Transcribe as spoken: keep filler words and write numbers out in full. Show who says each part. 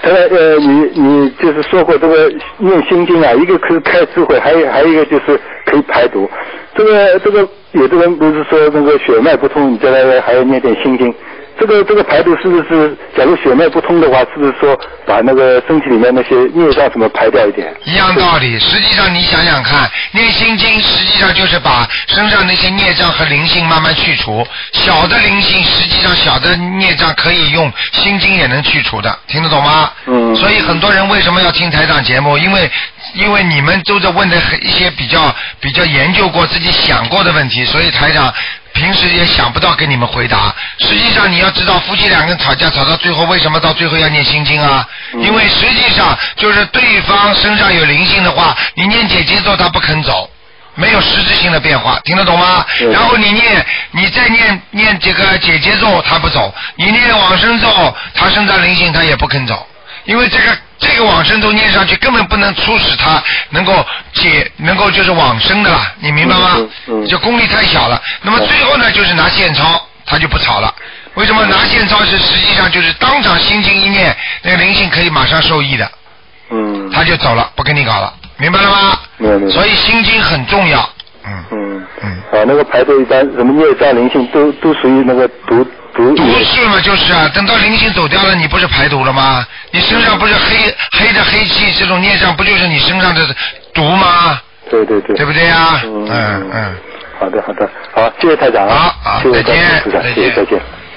Speaker 1: 后来呃，你你就是说过这个念心经啊，一个可以开智慧，还有还有一个就是可以排毒。这个这个有的人不是说那个血脉不通，你再来还要念点心经。这个这个排毒是不是？假如血脉不通的话，是不是说把那个身体里面那些孽障什么排掉一点？
Speaker 2: 一样道理。实际上你想想看，念心经实际上就是把身上那些孽障和灵性慢慢去除。小的灵性，实际上小的孽障可以用心经也能去除的，听得懂吗？嗯。所以很多人为什么要听台长节目？因为因为你们都在问的一些比较比较研究过、自己想过的问题，所以台长平时也想不到给你们回答。实际上你要知道，夫妻两个人吵架吵到最后，为什么到最后要念心经啊？嗯、因为实际上就是对方身上有灵性的话，你念解结咒他不肯走，没有实质性的变化，听得懂吗？嗯、然后你念，你再念念这个解结咒他不走，你念往生咒，他身上灵性他也不肯走，因为这个。这个往生咒念上去根本不能促使他能够解，能够就是往生的了，你明白吗？嗯嗯、就功力太小了。那么最后呢，就是拿现钞，他就不吵了。为什么拿现钞是实际上就是当场心经一念，那个灵性可以马上受益的。嗯。他就走了，不跟你搞了，明白了吗？明白。所以心经很重要。嗯嗯
Speaker 1: 嗯。啊，那个排毒一般什么孽障灵性都都属于那个毒。
Speaker 2: 毒是嘛，就是啊，等到灵性走掉了，你不是排毒了吗？你身上不是黑黑的黑气，这种孽障不就是你身上的毒吗？
Speaker 1: 对对对，
Speaker 2: 对不对呀？嗯嗯嗯。
Speaker 1: 好的好的，好，谢谢台长啊，
Speaker 2: 好，
Speaker 1: 谢谢
Speaker 2: 再见，
Speaker 1: 再见，再见。